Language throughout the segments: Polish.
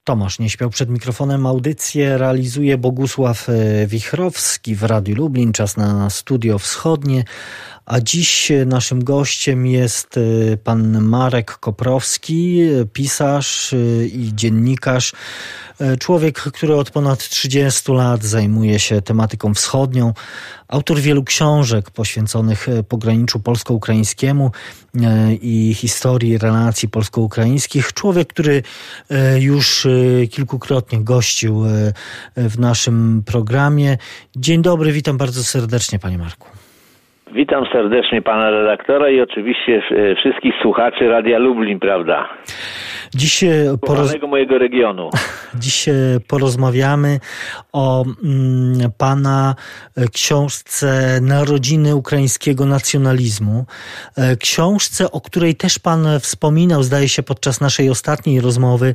Tomasz nie śpiał przed mikrofonem. Audycję realizuje Bogusław Wichrowski w Radiu Lublin. Czas na Studio Wschodnie. A dziś naszym gościem jest pan Marek Koprowski, pisarz i dziennikarz. Człowiek, który od ponad 30 lat zajmuje się tematyką wschodnią. Autor wielu książek poświęconych pograniczu polsko-ukraińskiemu i historii relacji polsko-ukraińskich. Człowiek, który już kilkukrotnie gościł w naszym programie. Dzień dobry, witam bardzo serdecznie, panie Marku. Witam serdecznie pana redaktora i oczywiście wszystkich słuchaczy Radia Lublin, prawda? Dziś mojego regionu. Dziś porozmawiamy o pana książce Narodziny ukraińskiego nacjonalizmu. Książce, o której też pan wspominał, zdaje się, podczas naszej ostatniej rozmowy,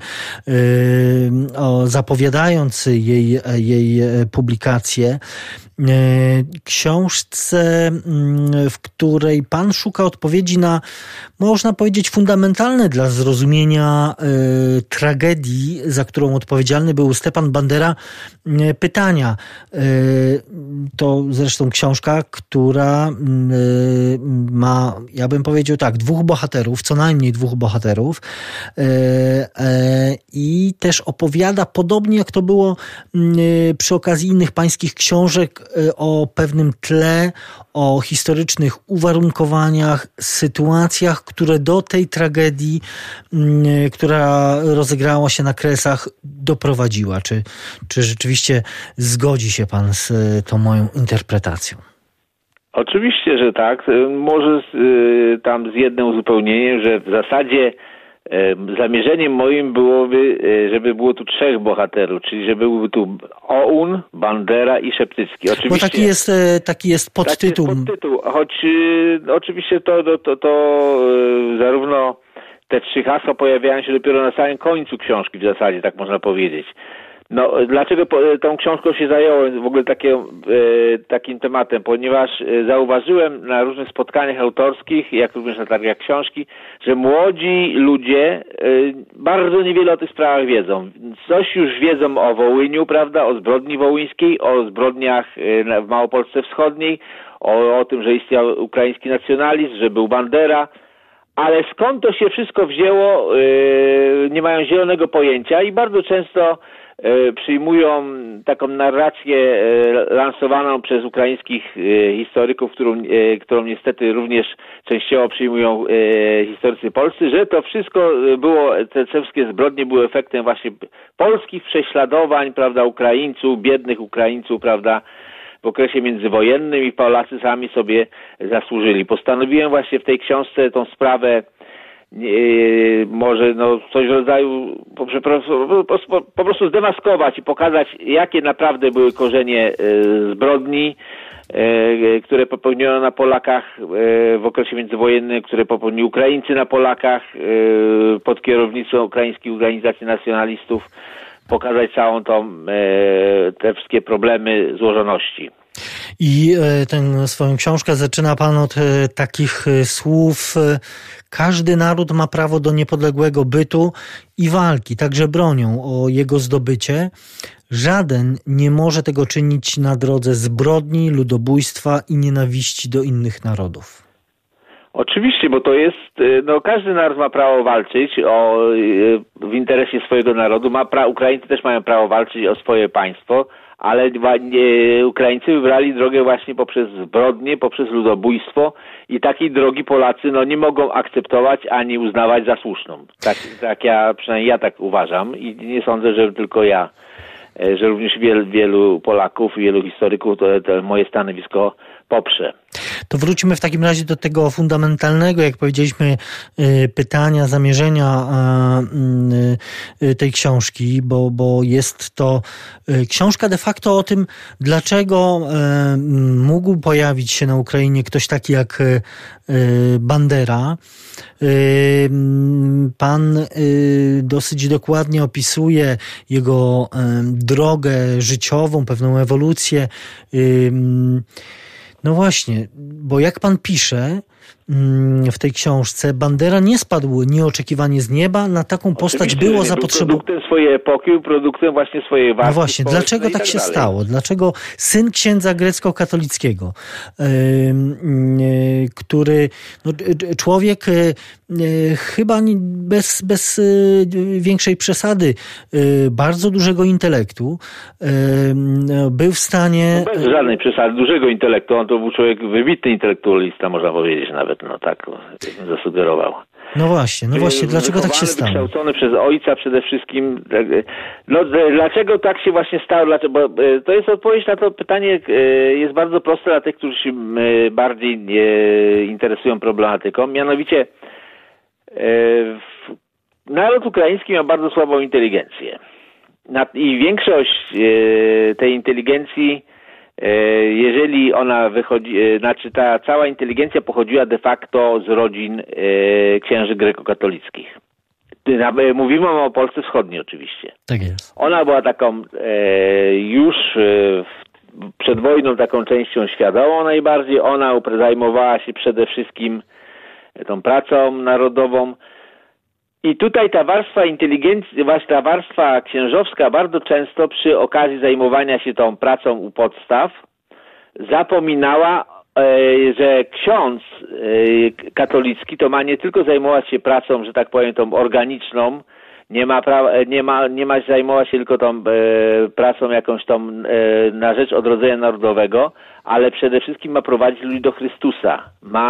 zapowiadając jej publikację. Książce, w której pan szuka odpowiedzi na, można powiedzieć, fundamentalne dla zrozumienia tragedii, za którą odpowiedzialny był Stepan Bandera, pytania. To zresztą książka, która ma, ja bym powiedział tak, dwóch bohaterów, co najmniej dwóch bohaterów, i też opowiada, podobnie jak to było przy okazji innych pańskich książek, o pewnym tle, o historycznych uwarunkowaniach, sytuacjach, które do tej tragedii, która rozegrała się na Kresach, doprowadziła. Czy rzeczywiście zgodzi się pan z tą moją interpretacją? Oczywiście, że tak. Może tam z jednym uzupełnieniem, że w zasadzie zamierzeniem moim byłoby, żeby było tu trzech bohaterów, czyli żeby byłby tu OUN, Bandera i Szeptycki. Oczywiście, bo taki jest podtytuł. Choć oczywiście to zarówno te trzy hasła pojawiają się dopiero na samym końcu książki, w zasadzie, tak można powiedzieć. No, dlaczego tą książką się zająłem w ogóle takim tematem? Ponieważ zauważyłem na różnych spotkaniach autorskich, jak również na targach książki, że młodzi ludzie bardzo niewiele o tych sprawach wiedzą. Coś już wiedzą o Wołyniu, prawda, o zbrodni wołyńskiej, o zbrodniach w Małopolsce Wschodniej, o tym, że istniał ukraiński nacjonalizm, że był Bandera. Ale skąd to się wszystko wzięło, nie mają zielonego pojęcia i bardzo często przyjmują taką narrację lansowaną przez ukraińskich historyków, którą niestety również częściowo przyjmują historycy polscy, że to wszystko te wszystkie zbrodnie były efektem właśnie polskich prześladowań, prawda, Ukraińców, biednych Ukraińców, prawda, w okresie międzywojennym i Polacy sami sobie zasłużyli. Postanowiłem właśnie w tej książce tą sprawę może coś w rodzaju po prostu zdemaskować i pokazać, jakie naprawdę były korzenie zbrodni, które popełniono na Polakach w okresie międzywojennym, które popełnili Ukraińcy na Polakach pod kierownictwem ukraińskich organizacji nacjonalistów, pokazać całą te wszystkie problemy złożoności. I tę swoją książkę zaczyna pan od takich słów: każdy naród ma prawo do niepodległego bytu i walki, także bronią o jego zdobycie. Żaden nie może tego czynić na drodze zbrodni, ludobójstwa i nienawiści do innych narodów. Oczywiście, bo to jest, każdy naród ma prawo walczyć w interesie swojego narodu. Ukraińcy też mają prawo walczyć o swoje państwo, ale Ukraińcy wybrali drogę właśnie poprzez zbrodnie, poprzez ludobójstwo i takiej drogi Polacy nie mogą akceptować ani uznawać za słuszną. Przynajmniej ja tak uważam i nie sądzę, że tylko ja, że również wielu Polaków, wielu historyków to moje stanowisko poprze. To wróćmy w takim razie do tego fundamentalnego, jak powiedzieliśmy, pytania, zamierzenia tej książki, bo jest to książka de facto o tym, dlaczego mógł pojawić się na Ukrainie ktoś taki jak Bandera. Pan dosyć dokładnie opisuje jego drogę życiową, pewną ewolucję. No właśnie, bo jak pan pisze, w tej książce, Bandera nie spadł nieoczekiwanie z nieba, na taką postać było zapotrzebowanie. Produktem swojej epoki, produktem właśnie swojej warstwy. No właśnie, dlaczego tak się stało? Dlaczego syn księdza grecko-katolickiego, który, człowiek chyba bez większej przesady, bardzo dużego intelektu, był w stanie... Bez żadnej przesady, dużego intelektu. On to był człowiek wybitny intelektualista, można powiedzieć nawet, tak zasugerował. No właśnie, dlaczego tak się stało? Wykształcony przez ojca przede wszystkim. Dlaczego tak się właśnie stało? Bo to jest odpowiedź na to pytanie, jest bardzo proste dla tych, którzy się bardziej interesują problematyką. Mianowicie naród ukraiński ma bardzo słabą inteligencję. I większość tej inteligencji, jeżeli ona wychodzi, ta cała inteligencja pochodziła de facto z rodzin księży grekokatolickich. Mówimy o Polsce Wschodniej oczywiście. Tak jest. Ona była taką już przed wojną taką częścią świadomą najbardziej. Ona zajmowała się przede wszystkim tą pracą narodową. I tutaj ta warstwa inteligencji, właśnie ta warstwa księżowska bardzo często przy okazji zajmowania się tą pracą u podstaw zapominała, że ksiądz katolicki to ma nie tylko zajmować się pracą, że tak powiem, tą organiczną, nie ma zajmować się tylko tą pracą jakąś tą na rzecz odrodzenia narodowego, ale przede wszystkim ma prowadzić ludzi do Chrystusa.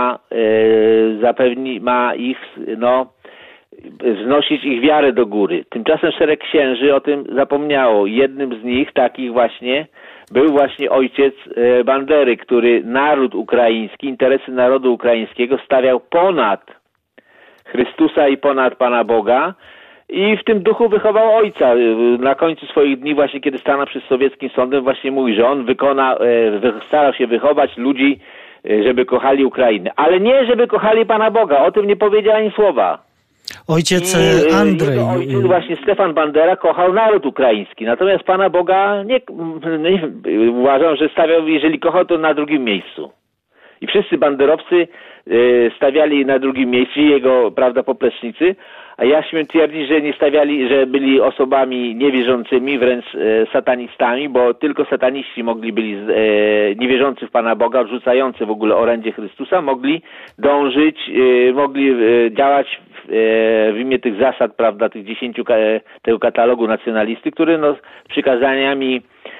Ma ich, wznosić ich wiarę do góry. Tymczasem szereg księży o tym zapomniało. Jednym z nich, takich właśnie, był właśnie ojciec Bandery, który naród ukraiński, interesy narodu ukraińskiego stawiał ponad Chrystusa i ponad Pana Boga i w tym duchu wychował ojca. Na końcu swoich dni, właśnie kiedy stanął przed sowieckim sądem, właśnie mówi, że on starał się wychować ludzi, żeby kochali Ukrainę. Ale nie, żeby kochali Pana Boga. O tym nie powiedział ani słowa. Ojciec Andrzej. Ojciec właśnie Stefan Bandera kochał naród ukraiński, natomiast Pana Boga nie uważam, że stawiał, jeżeli kochał, to na drugim miejscu. I wszyscy banderowcy stawiali na drugim miejscu, jego, poplecznicy, a ja śmiem twierdzić, że nie stawiali, że byli osobami niewierzącymi, wręcz satanistami, bo tylko sataniści byli niewierzący w Pana Boga, odrzucający w ogóle orędzie Chrystusa, mogli dążyć, mogli działać w imię tych zasad, tych 10 tego katalogu nacjonalisty, który przykazaniami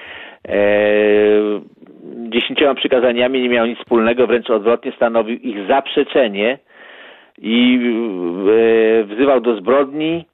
10 przykazaniami nie miał nic wspólnego, wręcz odwrotnie stanowił ich zaprzeczenie i wzywał do zbrodni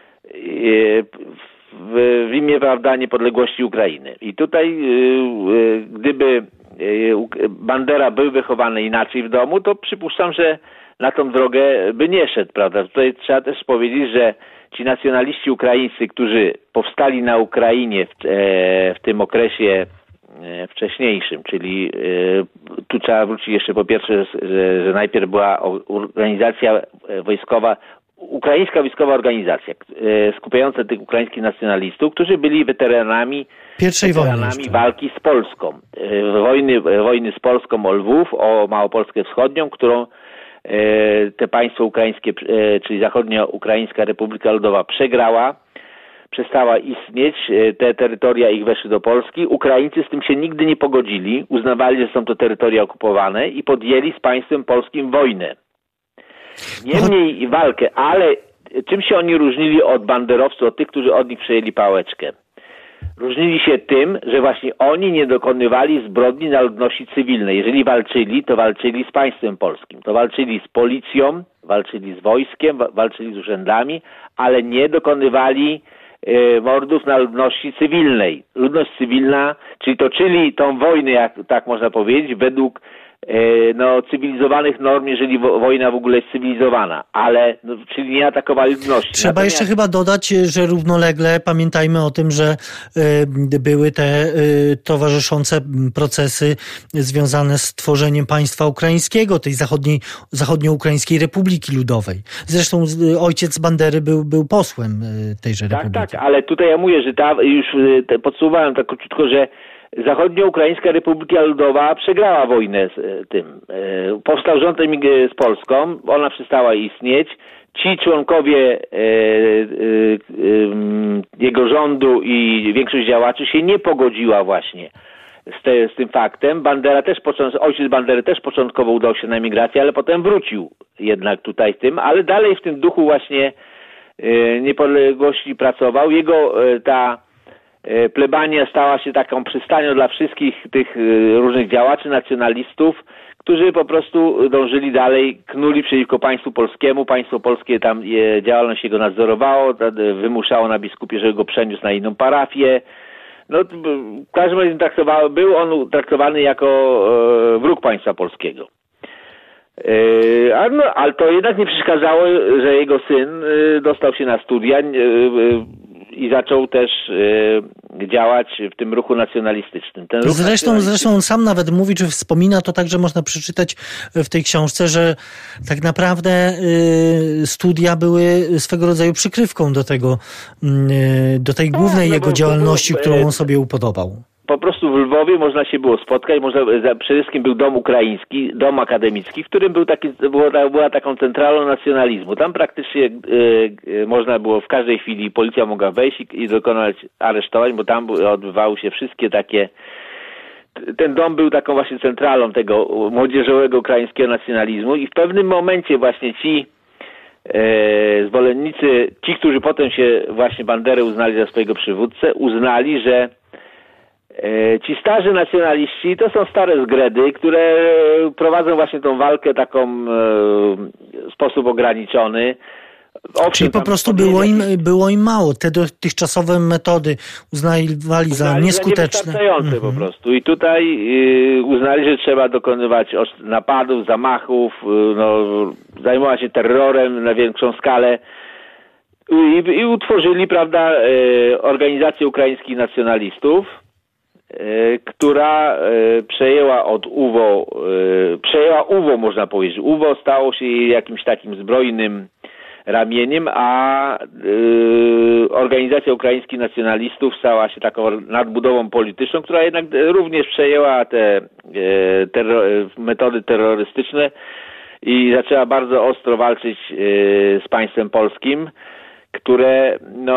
w imię, niepodległości Ukrainy. I tutaj gdyby Bandera był wychowany inaczej w domu, to przypuszczam, że na tą drogę by nie szedł, Tutaj trzeba też powiedzieć, że ci nacjonaliści ukraińscy, którzy powstali na Ukrainie w tym okresie wcześniejszym, czyli tu trzeba wrócić jeszcze po pierwsze, że najpierw była organizacja wojskowa, ukraińska wojskowa organizacja skupiająca tych ukraińskich nacjonalistów, którzy byli weteranami walki z Polską. Wojny z Polską o Lwów, o Małopolskę Wschodnią, którą te państwo ukraińskie, czyli Zachodnio-Ukraińska Republika Ludowa przegrała, przestała istnieć, te terytoria ich weszły do Polski. Ukraińcy z tym się nigdy nie pogodzili, uznawali, że są to terytoria okupowane i podjęli z państwem polskim wojnę. Niemniej walkę, ale czym się oni różnili od banderowców, od tych, którzy od nich przejęli pałeczkę? Różnili się tym, że właśnie oni nie dokonywali zbrodni na ludności cywilnej. Jeżeli walczyli, to walczyli z państwem polskim. To walczyli z policją, walczyli z wojskiem, walczyli z urzędami, ale nie dokonywali mordów na ludności cywilnej. Ludność cywilna, czyli toczyli tą wojnę, jak tak można powiedzieć, według cywilizowanych norm, jeżeli wojna w ogóle jest cywilizowana, ale czyli nie atakowali ludności. Trzeba jeszcze chyba dodać, że równolegle pamiętajmy o tym, że były te towarzyszące procesy związane z tworzeniem państwa ukraińskiego, tej Zachodnio-Ukraińskiej Republiki Ludowej. Zresztą ojciec Bandery był posłem tejże republiki. Tak, ale tutaj ja mówię, że już podsumowałem tak króciutko, że Zachodnioukraińska Republika Ludowa przegrała wojnę z tym. Powstał rząd z Polską, ona przestała istnieć. Ci członkowie jego rządu i większość działaczy się nie pogodziła właśnie z tym faktem. Ojciec Bandery też początkowo udał się na emigrację, ale potem wrócił jednak tutaj ale dalej w tym duchu właśnie niepodległości pracował. Jego ta plebania stała się taką przystanią dla wszystkich tych różnych działaczy, nacjonalistów, którzy po prostu dążyli dalej, knuli przeciwko państwu polskiemu. Państwo polskie tam działalność jego nadzorowało, wymuszało na biskupie, żeby go przeniósł na inną parafię. No, w każdym razie był on traktowany jako wróg państwa polskiego. Ale to jednak nie przeszkadzało, że jego syn dostał się na studia i zaczął też działać w tym ruchu nacjonalistycznym. Zresztą on sam nawet mówi, czy wspomina, to także można przeczytać w tej książce, że tak naprawdę studia były swego rodzaju przykrywką do tej głównej jego działalności, którą on sobie upodobał. Po prostu w Lwowie można się było spotkać, przede wszystkim był dom ukraiński, dom akademicki, w którym była taką centralą nacjonalizmu. Tam praktycznie można było w każdej chwili, policja mogła wejść i dokonać aresztowań, bo tam odbywały się wszystkie takie... Ten dom był taką właśnie centralą tego młodzieżowego ukraińskiego nacjonalizmu i w pewnym momencie właśnie ci zwolennicy, ci, którzy potem się właśnie Banderę uznali za swojego przywódcę, uznali, że ci starzy nacjonaliści to są stare zgredy, które prowadzą właśnie tą walkę taką w sposób ograniczony. Czyli po prostu było im mało. Te dotychczasowe metody uznawali za nieskuteczne. Niewystarczające po prostu. I tutaj uznali, że trzeba dokonywać napadów, zamachów, zajmować się terrorem na większą skalę. I utworzyli, prawda, organizację ukraińskich nacjonalistów, która przejęła od UWO, można powiedzieć. UWO stało się jakimś takim zbrojnym ramieniem, a Organizacja Ukraińskich Nacjonalistów stała się taką nadbudową polityczną, która jednak również przejęła te metody terrorystyczne i zaczęła bardzo ostro walczyć z państwem polskim, które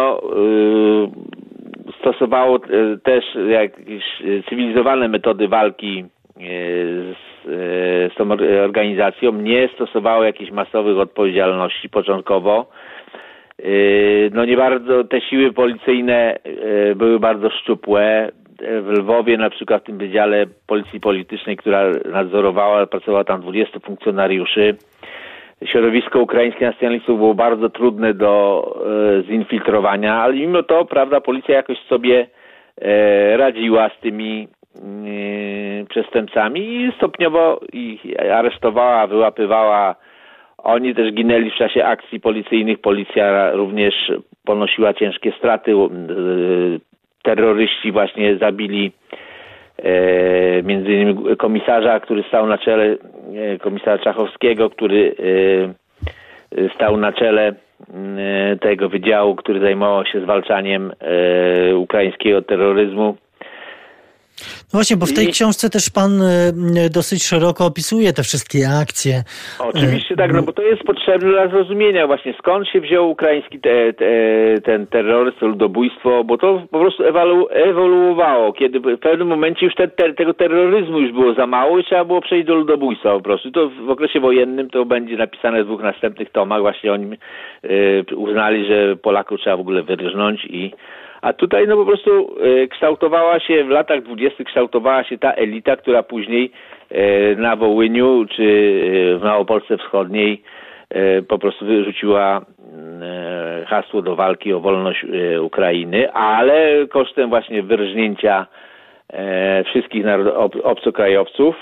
stosowało też jakieś cywilizowane metody walki z tą organizacją, nie stosowało jakichś masowych odpowiedzialności początkowo. Nie bardzo, te siły policyjne były bardzo szczupłe. W Lwowie na przykład w tym wydziale policji politycznej, która nadzorowała, pracowało tam 20 funkcjonariuszy. Środowisko ukraińskie nacjonalistów było bardzo trudne do zinfiltrowania, ale mimo to, prawda, policja jakoś sobie radziła z tymi przestępcami i stopniowo ich aresztowała, wyłapywała. Oni też ginęli w czasie akcji policyjnych. Policja również ponosiła ciężkie straty. Terroryści właśnie zabili między innymi komisarza, który stał na czele, komisarza Czachowskiego, który stał na czele tego wydziału, który zajmował się zwalczaniem ukraińskiego terroryzmu. No właśnie, bo w tej książce też pan dosyć szeroko opisuje te wszystkie akcje. Oczywiście tak, bo to jest potrzebne dla zrozumienia właśnie, skąd się wziął ukraiński ten terroryzm, to ludobójstwo, bo to po prostu ewoluowało, kiedy w pewnym momencie już tego terroryzmu już było za mało i trzeba było przejść do ludobójstwa po prostu. To w okresie wojennym to będzie napisane w 2 następnych tomach, właśnie oni uznali, że Polaków trzeba w ogóle wyrżnąć a tutaj po prostu kształtowała się w latach 20. kształtowała się ta elita, która później na Wołyniu czy w Małopolsce Wschodniej po prostu wyrzuciła hasło do walki o wolność Ukrainy, ale kosztem właśnie wyrżnięcia wszystkich obcokrajowców,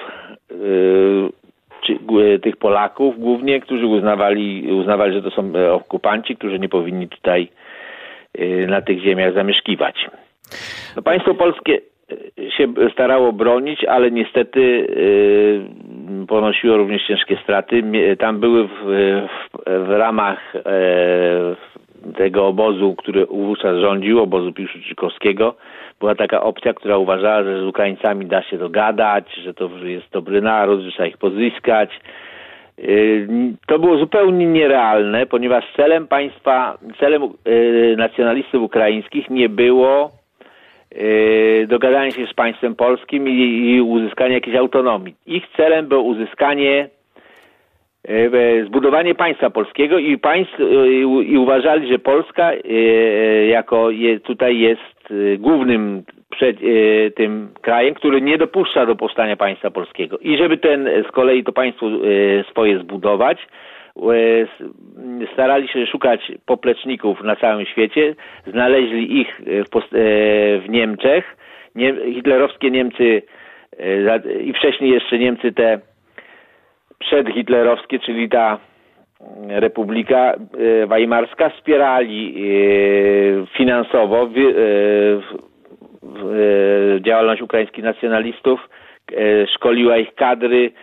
tych Polaków głównie, którzy uznawali, że to są okupanci, którzy nie powinni tutaj na tych ziemiach zamieszkiwać. Państwo polskie się starało bronić, ale niestety ponosiło również ciężkie straty. Tam były w ramach tego obozu, który wówczas rządził, obozu Piłsudczykowskiego, była taka opcja, która uważała, że z Ukraińcami da się dogadać, że to jest dobry naród, że trzeba ich pozyskać. To było zupełnie nierealne, ponieważ celem nacjonalistów ukraińskich nie było dogadanie się z państwem polskim i uzyskanie jakiejś autonomii. Ich celem było zbudowanie państwa polskiego i uważali, że Polska tutaj jest głównym tym krajem, który nie dopuszcza do powstania państwa polskiego. I żeby z kolei to państwo swoje zbudować, starali się szukać popleczników na całym świecie, znaleźli ich w Niemczech, hitlerowskie Niemcy i wcześniej jeszcze Niemcy te przedhitlerowskie, czyli ta Republika Weimarska, wspierali finansowo działalność ukraińskich nacjonalistów, szkoliła ich kadry.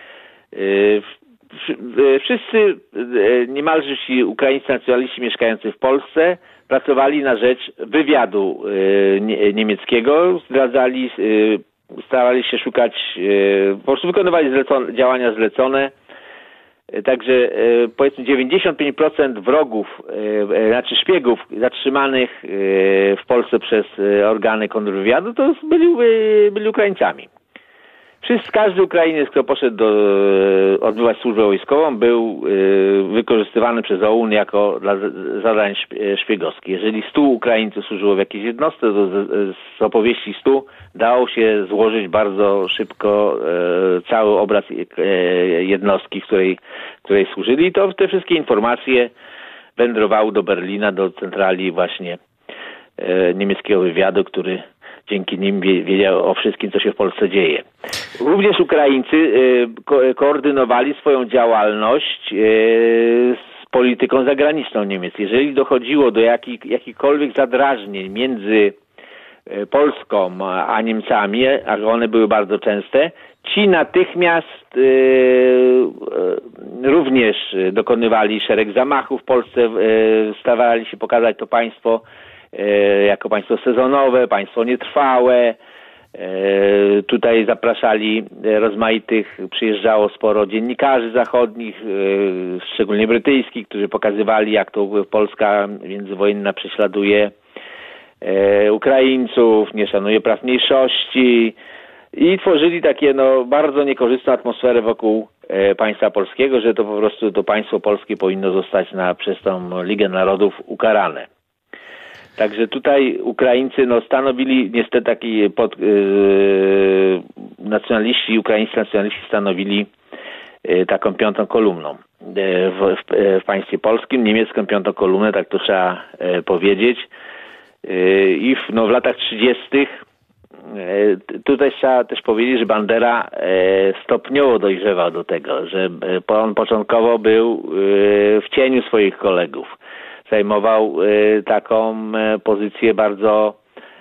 Wszyscy, niemalże ci ukraińscy nacjonaliści mieszkający w Polsce, pracowali na rzecz wywiadu niemieckiego, starali się szukać, po prostu wykonywali działania zlecone. Także powiedzmy 95% wrogów, znaczy szpiegów zatrzymanych w Polsce przez organy kontrwywiadu, to byli Ukraińcami. Każdy Ukrainiec, kto poszedł odbywać służbę wojskową, był wykorzystywany przez OUN jako dla zadań szpiegowskich. Jeżeli 100 Ukraińców służyło w jakiejś jednostce, to z opowieści 100 dało się złożyć bardzo szybko cały obraz jednostki, w której służyli. I to te wszystkie informacje wędrowały do Berlina, do centrali właśnie niemieckiego wywiadu, który dzięki nim wiedział o wszystkim, co się w Polsce dzieje. Również Ukraińcy koordynowali swoją działalność z polityką zagraniczną Niemiec. Jeżeli dochodziło do jakichkolwiek zadrażnień między Polską a Niemcami, a one były bardzo częste, ci natychmiast również dokonywali szereg zamachów w Polsce, starali się pokazać to państwo jako państwo sezonowe, państwo nietrwałe. Tutaj zapraszali przyjeżdżało sporo dziennikarzy zachodnich, szczególnie brytyjskich, którzy pokazywali, jak to Polska międzywojenna prześladuje Ukraińców, nie szanuje praw mniejszości i tworzyli takie bardzo niekorzystną atmosferę wokół państwa polskiego, że to po prostu to państwo polskie powinno zostać przez tą Ligę Narodów ukarane. Także Ukraińcy stanowili niestety ukraińscy nacjonaliści stanowili taką piątą kolumną w państwie polskim, niemiecką piątą kolumnę, tak to trzeba powiedzieć. I w latach 30. tutaj trzeba też powiedzieć, że Bandera stopniowo dojrzewał do tego, że on początkowo był w cieniu swoich kolegów. Zajmował taką pozycję bardzo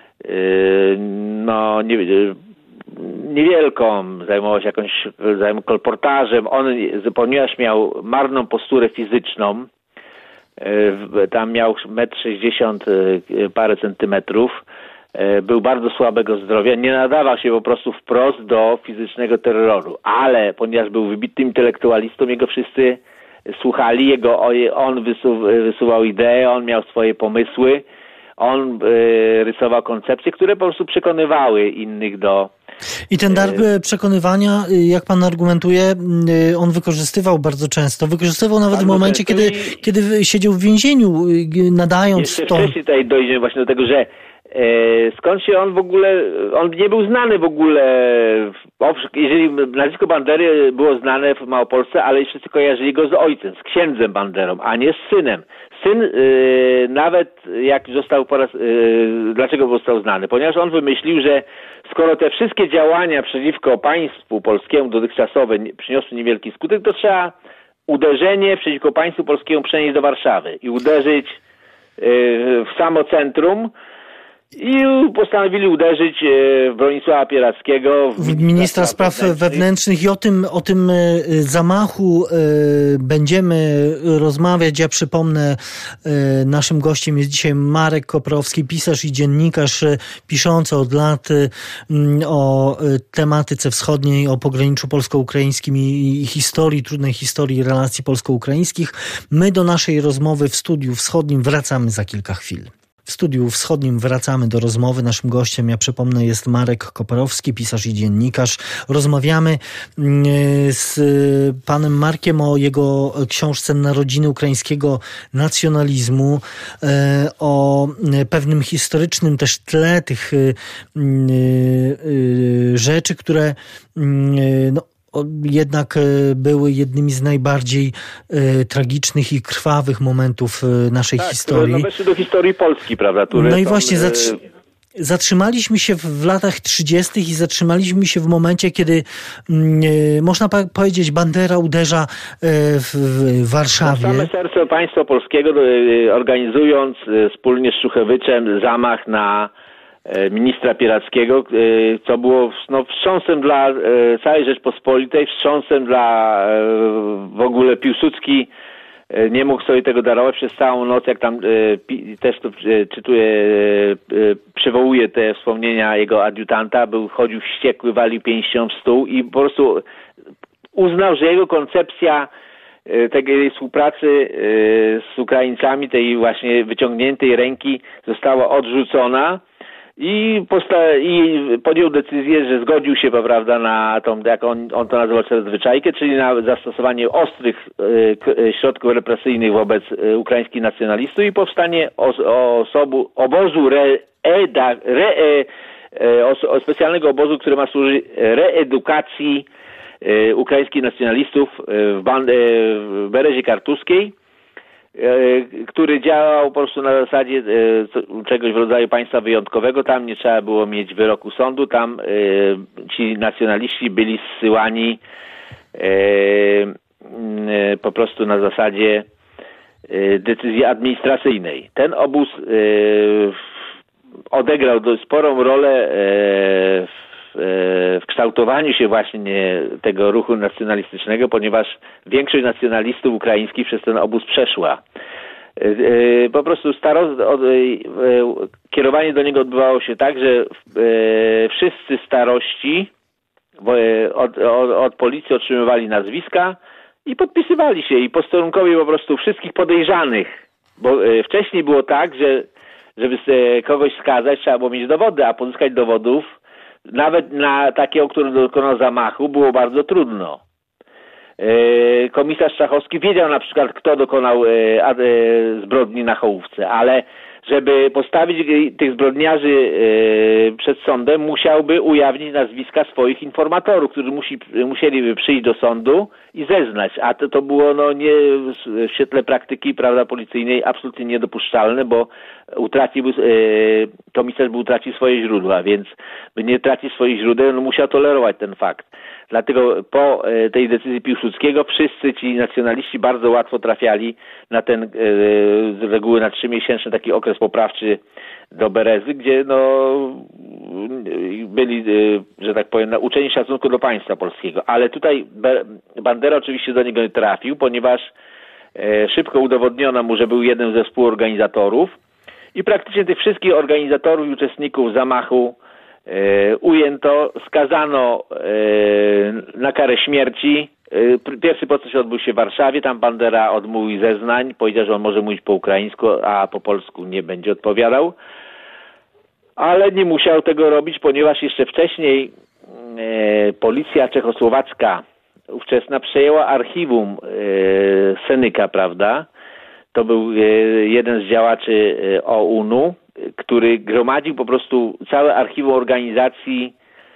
niewielką, zajmował się kolportażem. On, ponieważ miał marną posturę fizyczną, tam miał 1,60 m parę centymetrów, był bardzo słabego zdrowia, nie nadawał się po prostu wprost do fizycznego terroru, ale ponieważ był wybitnym intelektualistą, jego wszyscy słuchali, on wysuwał idee, on miał swoje pomysły, on rysował koncepcje, które po prostu przekonywały innych do... I ten dar przekonywania, jak pan argumentuje, on wykorzystywał bardzo często. Wykorzystywał nawet w momencie, kiedy siedział w więzieniu, nadając... Jeszcze wcześniej tutaj dojdziemy właśnie do tego, że skąd się on nie był znany w ogóle, jeżeli nazwisko Bandery było znane w Małopolsce, ale wszyscy kojarzyli go z ojcem, z księdzem Banderą, a nie z synem. Syn nawet jak został dlaczego został znany? Ponieważ on wymyślił, że skoro te wszystkie działania przeciwko państwu polskiemu dotychczasowe przyniosły niewielki skutek, to trzeba uderzenie przeciwko państwu polskiemu przenieść do Warszawy i uderzyć w samo centrum. I postanowili uderzyć Bronisława Pierackiego. Ministra spraw wewnętrznych i o tym zamachu będziemy rozmawiać. Ja przypomnę, naszym gościem jest dzisiaj Marek Koprowski, pisarz i dziennikarz piszący od lat o tematyce wschodniej, o pograniczu polsko-ukraińskim i historii, trudnej historii relacji polsko-ukraińskich. My do naszej rozmowy w Studiu Wschodnim wracamy za kilka chwil. W Studiu Wschodnim wracamy do rozmowy. Naszym gościem, ja przypomnę, jest Marek Koprowski, pisarz i dziennikarz. Rozmawiamy z panem Markiem o jego książce Narodziny ukraińskiego nacjonalizmu, o pewnym historycznym też tle tych rzeczy, które jednak były jednymi z najbardziej tragicznych i krwawych momentów naszej historii. Tak, weszły do historii Polski, prawda? No i właśnie zatrzymaliśmy się w latach 30. i zatrzymaliśmy się w momencie, kiedy można powiedzieć, Bandera uderza w Warszawie. Na same serce państwa polskiego, organizując wspólnie z Szuchewiczem zamach na ministra Pierackiego, co było wstrząsem dla całej Rzeczpospolitej, wstrząsem dla w ogóle Piłsudski nie mógł sobie tego darować przez całą noc, jak tam też to czytuję, przywołuje te wspomnienia jego adiutanta, chodził wściekły, walił pięścią w stół i po prostu uznał, że jego koncepcja tej współpracy z Ukraińcami, tej właśnie wyciągniętej ręki została odrzucona. I podjął decyzję, że zgodził się, prawda, na tą, jak on to nazywał, zwyczajkę, czyli na zastosowanie ostrych środków represyjnych wobec ukraińskich nacjonalistów i powstanie obozu specjalnego obozu, który ma służyć reedukacji ukraińskich nacjonalistów w Berezie Kartuskiej, który działał po prostu na zasadzie czegoś w rodzaju państwa wyjątkowego. Tam nie trzeba było mieć wyroku sądu, tam ci nacjonaliści byli zsyłani po prostu na zasadzie decyzji administracyjnej. Ten obóz odegrał sporą rolę w kształtowaniu się właśnie tego ruchu nacjonalistycznego, ponieważ większość nacjonalistów ukraińskich przez ten obóz przeszła. Po prostu kierowanie do niego odbywało się tak, że wszyscy starości od policji otrzymywali nazwiska i podpisywali się i posterunkowi po prostu wszystkich podejrzanych, bo wcześniej było tak, że żeby kogoś skazać, trzeba było mieć dowody, a pozyskać dowodów nawet na takiego, który dokonał zamachu, było bardzo trudno. Komisarz Czachowski wiedział na przykład, kto dokonał zbrodni na Hołówce, ale żeby postawić tych zbrodniarzy przed sądem, musiałby ujawnić nazwiska swoich informatorów, którzy musieliby przyjść do sądu i zeznać, a to było w świetle praktyki, prawda, policyjnej absolutnie niedopuszczalne, bo komisarz by utracił swoje źródła, więc by nie tracić swoich źródeł, musiał tolerować ten fakt. Dlatego po tej decyzji Piłsudskiego wszyscy ci nacjonaliści bardzo łatwo trafiali na ten z reguły na 3-miesięczny taki okres poprawczy do Berezy, gdzie byli, że tak powiem, uczeni szacunku do państwa polskiego. Ale tutaj Bandera oczywiście do niego nie trafił, ponieważ szybko udowodniono mu, że był jednym ze współorganizatorów i praktycznie tych wszystkich organizatorów i uczestników zamachu ujęto, skazano na karę śmierci. Pierwszy proces odbył się w Warszawie, tam Bandera odmówił zeznań, powiedział, że on może mówić po ukraińsku, a po polsku nie będzie odpowiadał. Ale nie musiał tego robić, ponieważ jeszcze wcześniej policja czechosłowacka ówczesna przejęła archiwum Senyka, prawda? To był jeden z działaczy OUN-u, który gromadził po prostu całe archiwum organizacji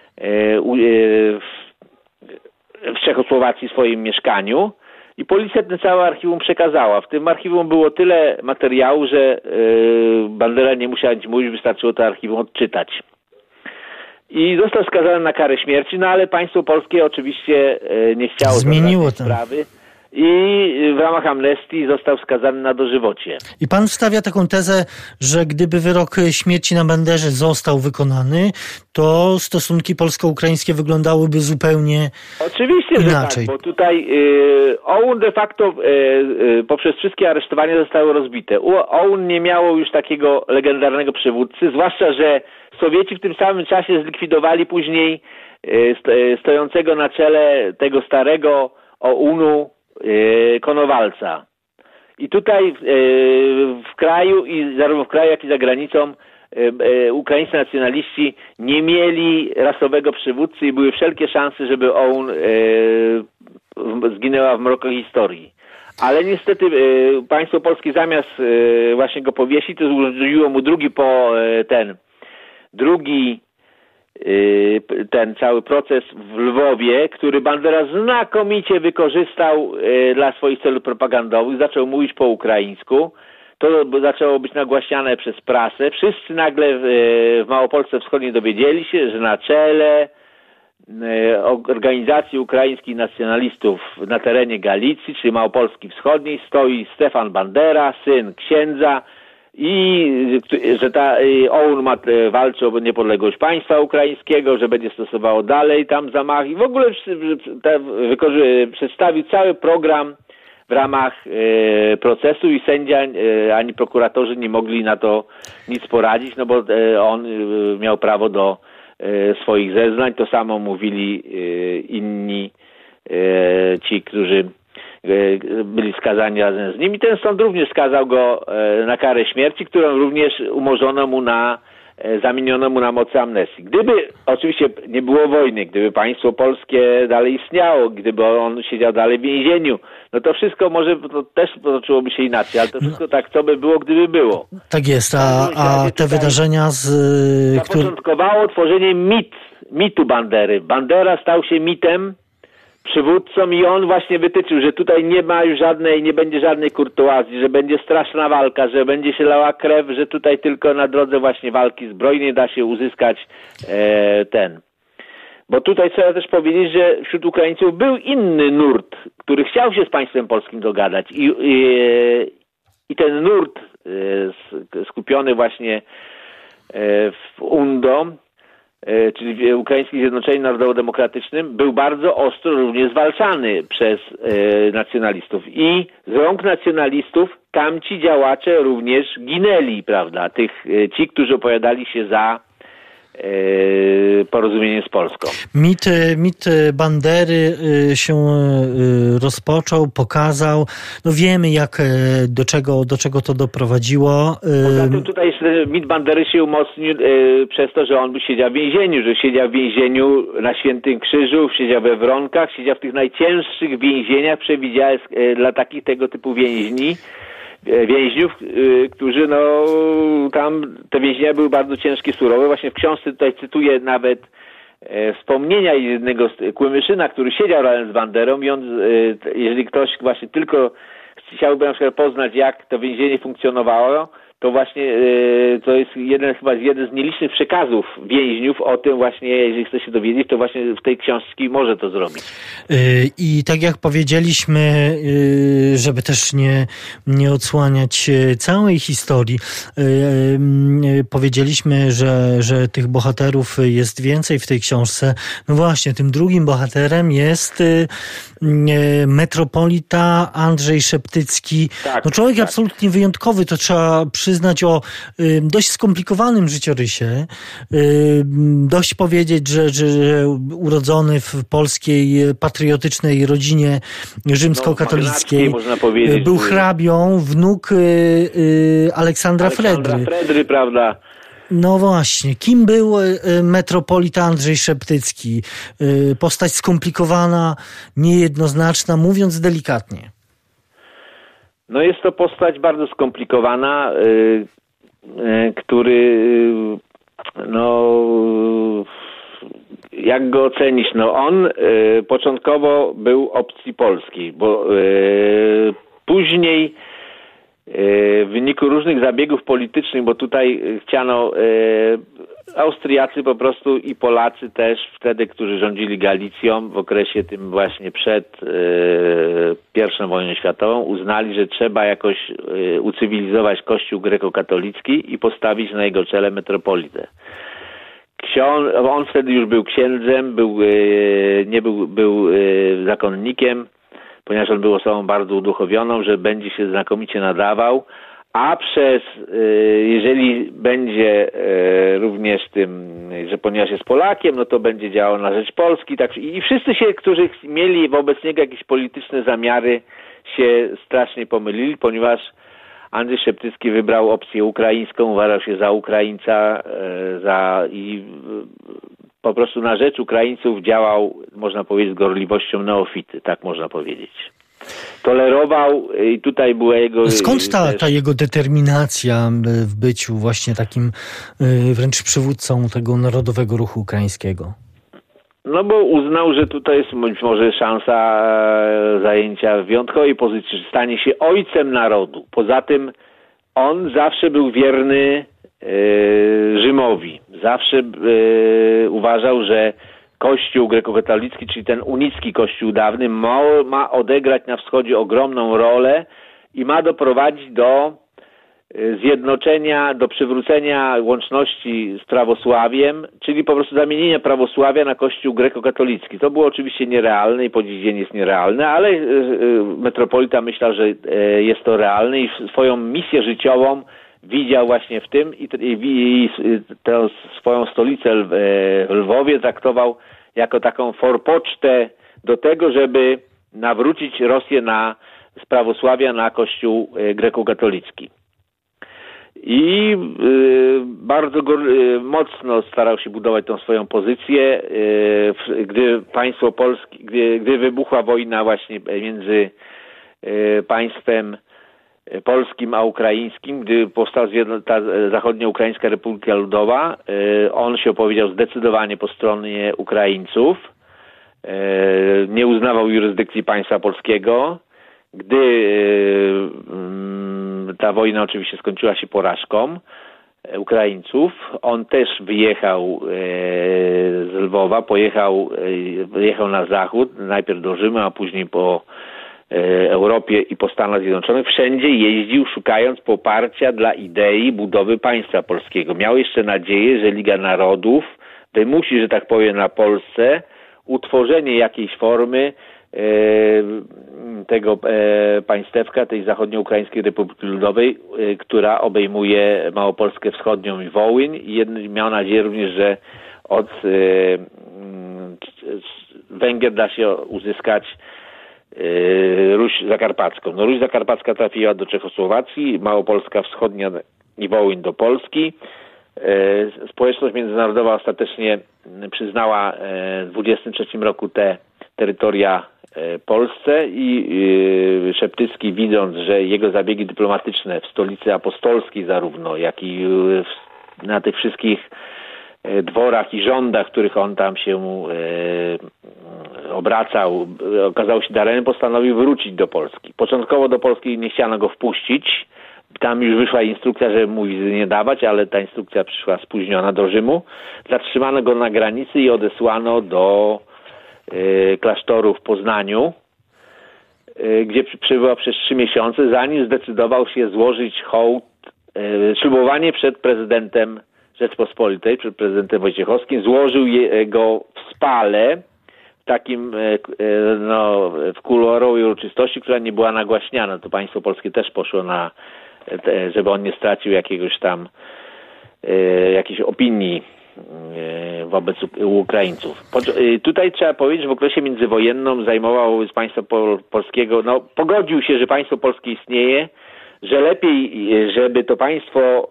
w Czechosłowacji w swoim mieszkaniu i policja ten całe archiwum przekazała. W tym archiwum było tyle materiału, że Bandera nie musiał nic mówić, wystarczyło to archiwum odczytać. I został skazany na karę śmierci, ale państwo polskie oczywiście nie chciało zmieniło tej sprawy i w ramach amnestii został skazany na dożywocie. I pan stawia taką tezę, że gdyby wyrok śmierci na Banderze został wykonany, to stosunki polsko-ukraińskie wyglądałyby zupełnie oczywiście, inaczej. Że tak, bo tutaj OUN de facto poprzez wszystkie aresztowania zostały rozbite. OUN nie miało już takiego legendarnego przywódcy, zwłaszcza, że Sowieci w tym samym czasie zlikwidowali później stojącego na czele tego starego OUN-u Konowalca. I tutaj w kraju, i zarówno w kraju, jak i za granicą, ukraińscy nacjonaliści nie mieli rasowego przywódcy i były wszelkie szanse, żeby OUN zginęła w mrokach historii. Ale niestety państwo polskie zamiast właśnie go powiesić, to zrobiło mu ten cały proces w Lwowie, który Bandera znakomicie wykorzystał dla swoich celów propagandowych. Zaczął mówić po ukraińsku. To zaczęło być nagłaśniane przez prasę. Wszyscy nagle w Małopolsce Wschodniej dowiedzieli się, że na czele organizacji ukraińskich nacjonalistów na terenie Galicji, czyli Małopolski Wschodniej, stoi Stefan Bandera, syn księdza, i że OUN walczy o niepodległość państwa ukraińskiego, że będzie stosowało dalej tam zamach i w ogóle przedstawił cały program w ramach procesu i sędzia ani prokuratorzy nie mogli na to nic poradzić, no bo on miał prawo do swoich zeznań. To samo mówili inni ci, którzy byli skazani razem z nim i ten sąd również skazał go na karę śmierci, którą również zamieniono mu na mocy amnestii. Gdyby oczywiście nie było wojny, gdyby państwo polskie dalej istniało, gdyby on siedział dalej w więzieniu, no to wszystko może też potoczyłoby się inaczej, ale to wszystko tak, co by było, gdyby było. Tak jest, a te wydarzenia zapoczątkowało tworzenie mitu Bandery. Bandera stał się mitem, przywódcą i on właśnie wytyczył, że tutaj nie będzie żadnej kurtuazji, że będzie straszna walka, że będzie się lała krew, że tutaj tylko na drodze właśnie walki zbrojnej da się uzyskać Bo tutaj trzeba też powiedzieć, że wśród Ukraińców był inny nurt, który chciał się z państwem polskim dogadać i ten nurt skupiony właśnie w UNDO, czyli w Ukraińskim Zjednoczeniu Narodowo-Demokratycznym, był bardzo ostro również zwalczany przez nacjonalistów. I z rąk nacjonalistów tamci działacze również ginęli, prawda? Ci, którzy opowiadali się za porozumienie z Polską. Mit Bandery się rozpoczął, pokazał. No wiemy, do czego to doprowadziło. Poza tym tutaj jeszcze mit Bandery się umocnił przez to, że on siedział w więzieniu, że siedział w więzieniu na Świętym Krzyżu, siedział we Wronkach, siedział w tych najcięższych więzieniach przewidzianych dla takich tego typu więźniów, którzy tam te więzienia były bardzo ciężkie, surowe. Właśnie w książce tutaj cytuję nawet wspomnienia jednego z Kłymyszyna, który siedział razem z Banderą i on, jeżeli ktoś właśnie tylko chciałby na przykład poznać, jak to więzienie funkcjonowało, to właśnie to jest jeden z nielicznych przekazów więźniów o tym właśnie, jeżeli chce się dowiedzieć, to właśnie w tej książce może to zrobić. I tak jak powiedzieliśmy, żeby też nie odsłaniać całej historii, powiedzieliśmy, że tych bohaterów jest więcej w tej książce. No właśnie, tym drugim bohaterem jest metropolita Andrzej Szeptycki. Tak, no człowiek absolutnie wyjątkowy, to trzeba przyznać, o dość skomplikowanym życiorysie. Dość powiedzieć, że urodzony w polskiej patriotycznej rodzinie rzymskokatolickiej, można powiedzieć, był hrabią, wnuk Aleksandra Fredry, prawda? No właśnie. Kim był metropolita Andrzej Szeptycki? Postać skomplikowana, niejednoznaczna, mówiąc delikatnie. No jest to postać bardzo skomplikowana, który jak go ocenić? No on początkowo był opcji polskiej, bo później w wyniku różnych zabiegów politycznych, bo tutaj chciano Austriacy po prostu i Polacy też wtedy, którzy rządzili Galicją w okresie tym właśnie przed I wojną światową, uznali, że trzeba jakoś ucywilizować Kościół grekokatolicki i postawić na jego czele metropolitę. On wtedy już był księdzem, był zakonnikiem, ponieważ on był osobą bardzo uduchowioną, że będzie się znakomicie nadawał, a jeżeli będzie również tym, że ponieważ jest Polakiem, no to będzie działał na rzecz Polski. Tak, i wszyscy którzy mieli wobec niego jakieś polityczne zamiary, się strasznie pomylili, ponieważ Andrzej Szeptycki wybrał opcję ukraińską, uważał się za Ukraińca i po prostu na rzecz Ukraińców działał, można powiedzieć, z gorliwością neofity, tak można powiedzieć. Tolerował i tutaj była jego... Skąd ta jego determinacja w byciu właśnie takim wręcz przywódcą tego narodowego ruchu ukraińskiego? No bo uznał, że tutaj jest być może szansa zajęcia wyjątkowej pozycji, że stanie się ojcem narodu. Poza tym on zawsze był wierny Rzymowi. Zawsze uważał, że Kościół grekokatolicki, czyli ten unicki Kościół dawny, ma odegrać na wschodzie ogromną rolę i ma doprowadzić do zjednoczenia, do przywrócenia łączności z prawosławiem, czyli po prostu zamienienia prawosławia na Kościół grekokatolicki. To było oczywiście nierealne i po dziś dzień jest nierealne, ale metropolita myślał, że jest to realne i swoją misję życiową widział właśnie w tym i tę swoją stolicę w Lwowie traktował jako taką forpocztę do tego, żeby nawrócić Rosję z prawosławia na Kościół grekokatolicki. I bardzo mocno starał się budować tą swoją pozycję, gdy państwo polskie, gdy wybuchła wojna właśnie między państwem polskim a ukraińskim, gdy powstała ta Zachodnioukraińska Republika Ludowa, on się opowiedział zdecydowanie po stronie Ukraińców, nie uznawał jurysdykcji państwa polskiego. Gdy ta wojna oczywiście skończyła się porażką Ukraińców, on też wyjechał z Lwowa, wyjechał na zachód, najpierw do Rzymu, a później po Europie i po Stanach Zjednoczonych. Wszędzie jeździł, szukając poparcia dla idei budowy państwa polskiego. Miał jeszcze nadzieję, że Liga Narodów wymusi, że tak powiem, na Polsce utworzenie jakiejś formy tego państewka, tej Zachodnioukraińskiej Republiki Ludowej, która obejmuje Małopolskę Wschodnią i Wołyń, i miał nadzieję również, że od Węgier da się uzyskać Ruś Zakarpacką. No, Ruś Zakarpacka trafiła do Czechosłowacji, Małopolska Wschodnia i Wołyń do Polski. Społeczność międzynarodowa ostatecznie przyznała w 1923 roku te terytoria Polsce i Szeptycki, widząc, że jego zabiegi dyplomatyczne w stolicy apostolskiej zarówno, jak i na tych wszystkich dworach i rządach, których on tam się obracał, okazało się daremne, postanowił wrócić do Polski. Początkowo do Polski nie chciano go wpuścić. Tam już wyszła instrukcja, żeby mu wizy nie dawać, ale ta instrukcja przyszła spóźniona do Rzymu. Zatrzymano go na granicy i odesłano do klasztoru w Poznaniu, gdzie przebywał przez 3 miesiące, zanim zdecydował się złożyć hołd, ślubowanie przed prezydentem Rzeczpospolitej, przed prezydentem Wojciechowskim. Złożył go w Spale, w takim, w kuluarowej uroczystości, która nie była nagłaśniana. To państwo polskie też poszło żeby on nie stracił jakiejś opinii wobec Ukraińców. Tutaj trzeba powiedzieć, że w okresie międzywojennym zajmował z państwa polskiego, pogodził się, że państwo polskie istnieje, że lepiej, żeby to państwo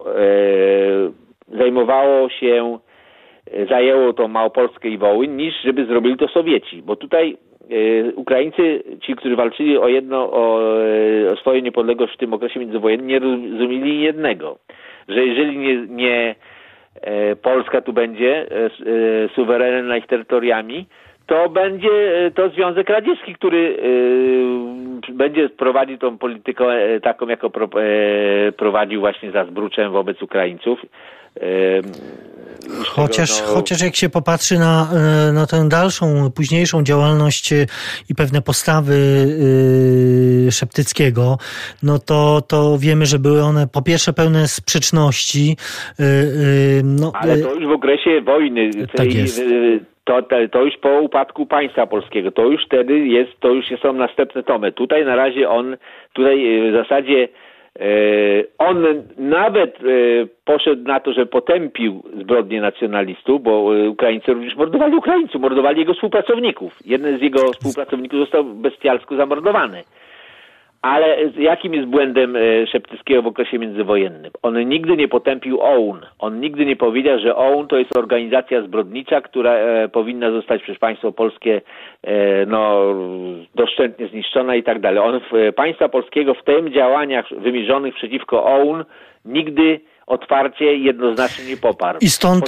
zajęło tą Małopolskę i Wołyń, niż żeby zrobili to Sowieci, bo tutaj Ukraińcy, ci, którzy walczyli o swoją niepodległość w tym okresie międzywojennym, nie rozumieli jednego, że jeżeli nie Polska tu będzie suwerenem nad ich terytoriami, to będzie to Związek Radziecki, który będzie prowadził tą politykę taką, jaką prowadził właśnie za Zbruczem wobec Ukraińców. Chociaż jak się popatrzy na tę dalszą, późniejszą działalność i pewne postawy Szeptyckiego, no to wiemy, że były one po pierwsze pełne sprzeczności. Ale to już w okresie wojny. Tak jest. To już po upadku państwa polskiego. To już wtedy są następne tomy. Tutaj na razie w zasadzie on nawet poszedł na to, że potępił zbrodnie nacjonalistów, bo Ukraińcy również mordowali jego współpracowników. Jeden z jego współpracowników został bestialsko zamordowany. Ale jakim jest błędem Szeptyckiego w okresie międzywojennym? On nigdy nie potępił OUN. On nigdy nie powiedział, że OUN to jest organizacja zbrodnicza, która powinna zostać przez państwo polskie doszczętnie zniszczona i tak dalej. On państwa polskiego w tym działaniach wymierzonych przeciwko OUN nigdy otwarcie i jednoznacznie nie poparł. I stąd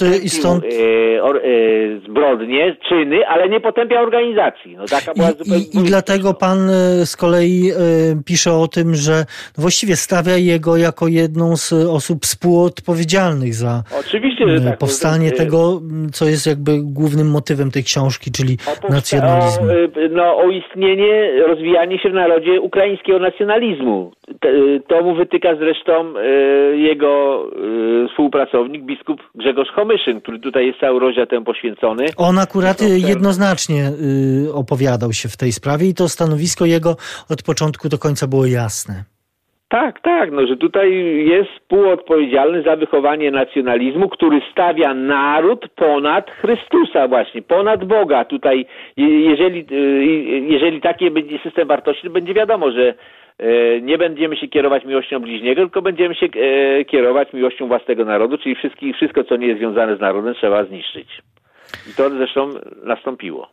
zbrodnie, czyny, ale nie potępia organizacji. No, taka była I dlatego pan z kolei pisze o tym, że właściwie stawia jego jako jedną z osób współodpowiedzialnych za powstanie tego, co jest jakby głównym motywem tej książki, czyli nacjonalizmu. O istnienie, rozwijanie się w narodzie ukraińskiego nacjonalizmu. To mu wytyka zresztą jego współpracownik, biskup Grzegorz Homyszyn, który tutaj jest cały rozdział temu poświęcony. On akurat jednoznacznie opowiadał się w tej sprawie i to stanowisko jego od początku do końca było jasne. Tak, że tutaj jest współodpowiedzialny za wychowanie nacjonalizmu, który stawia naród ponad Chrystusa właśnie, ponad Boga. Tutaj, jeżeli taki będzie system wartości, to będzie wiadomo, że nie będziemy się kierować miłością bliźniego, tylko będziemy się kierować miłością własnego narodu, czyli wszystko, co nie jest związane z narodem, trzeba zniszczyć. I to zresztą nastąpiło.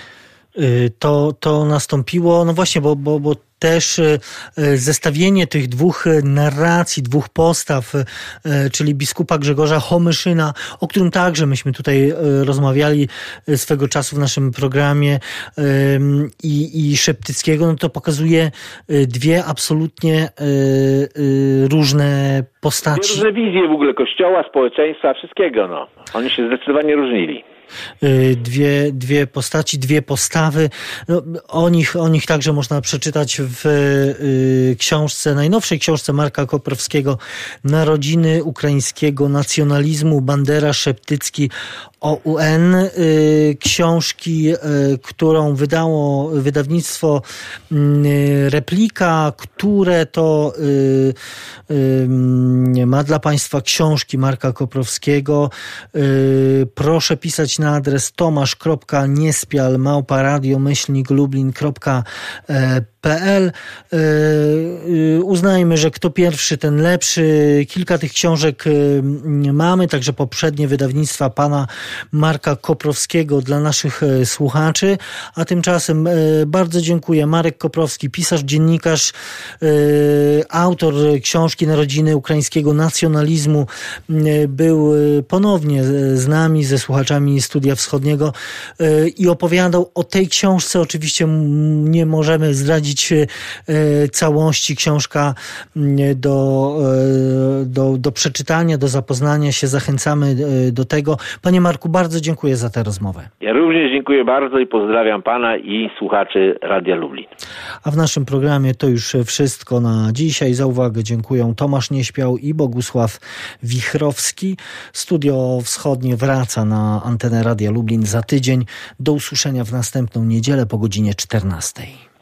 To nastąpiło, no właśnie, bo też zestawienie tych dwóch narracji, dwóch postaw, czyli biskupa Grzegorza Homyszyna, o którym także myśmy tutaj rozmawiali swego czasu w naszym programie, i Szeptyckiego, no to pokazuje dwie absolutnie różne postaci. Różne wizje w ogóle Kościoła, społeczeństwa, wszystkiego. No. Oni się zdecydowanie różnili. Dwie postaci, dwie postawy. No, o nich także można przeczytać w najnowszej książce Marka Koprowskiego Narodziny ukraińskiego nacjonalizmu, Bandera, Szeptycki, OUN. Książki, którą wydało wydawnictwo Replika, które to ma dla Państwa książki Marka Koprowskiego. Proszę pisać na adres tomasz.niespial@radio-lublin.pl. Uznajmy, że kto pierwszy, ten lepszy. Kilka tych książek mamy, także poprzednie wydawnictwa pana Marka Koprowskiego dla naszych słuchaczy. A tymczasem bardzo dziękuję. Marek Koprowski, pisarz, dziennikarz, autor książki Narodziny ukraińskiego nacjonalizmu, był ponownie z nami, ze słuchaczami Studia Wschodniego i opowiadał o tej książce. Oczywiście nie możemy zdradzić całości. Książka do przeczytania, do zapoznania się. Zachęcamy do tego. Panie Marku, bardzo dziękuję za tę rozmowę. Ja również dziękuję bardzo i pozdrawiam pana i słuchaczy Radia Lublin. A w naszym programie to już wszystko na dzisiaj. Za uwagę dziękuję Tomasz Nieśpiał i Bogusław Wichrowski. Studio Wschodnie wraca na antenę Radia Lublin za tydzień. Do usłyszenia w następną niedzielę po godzinie 14.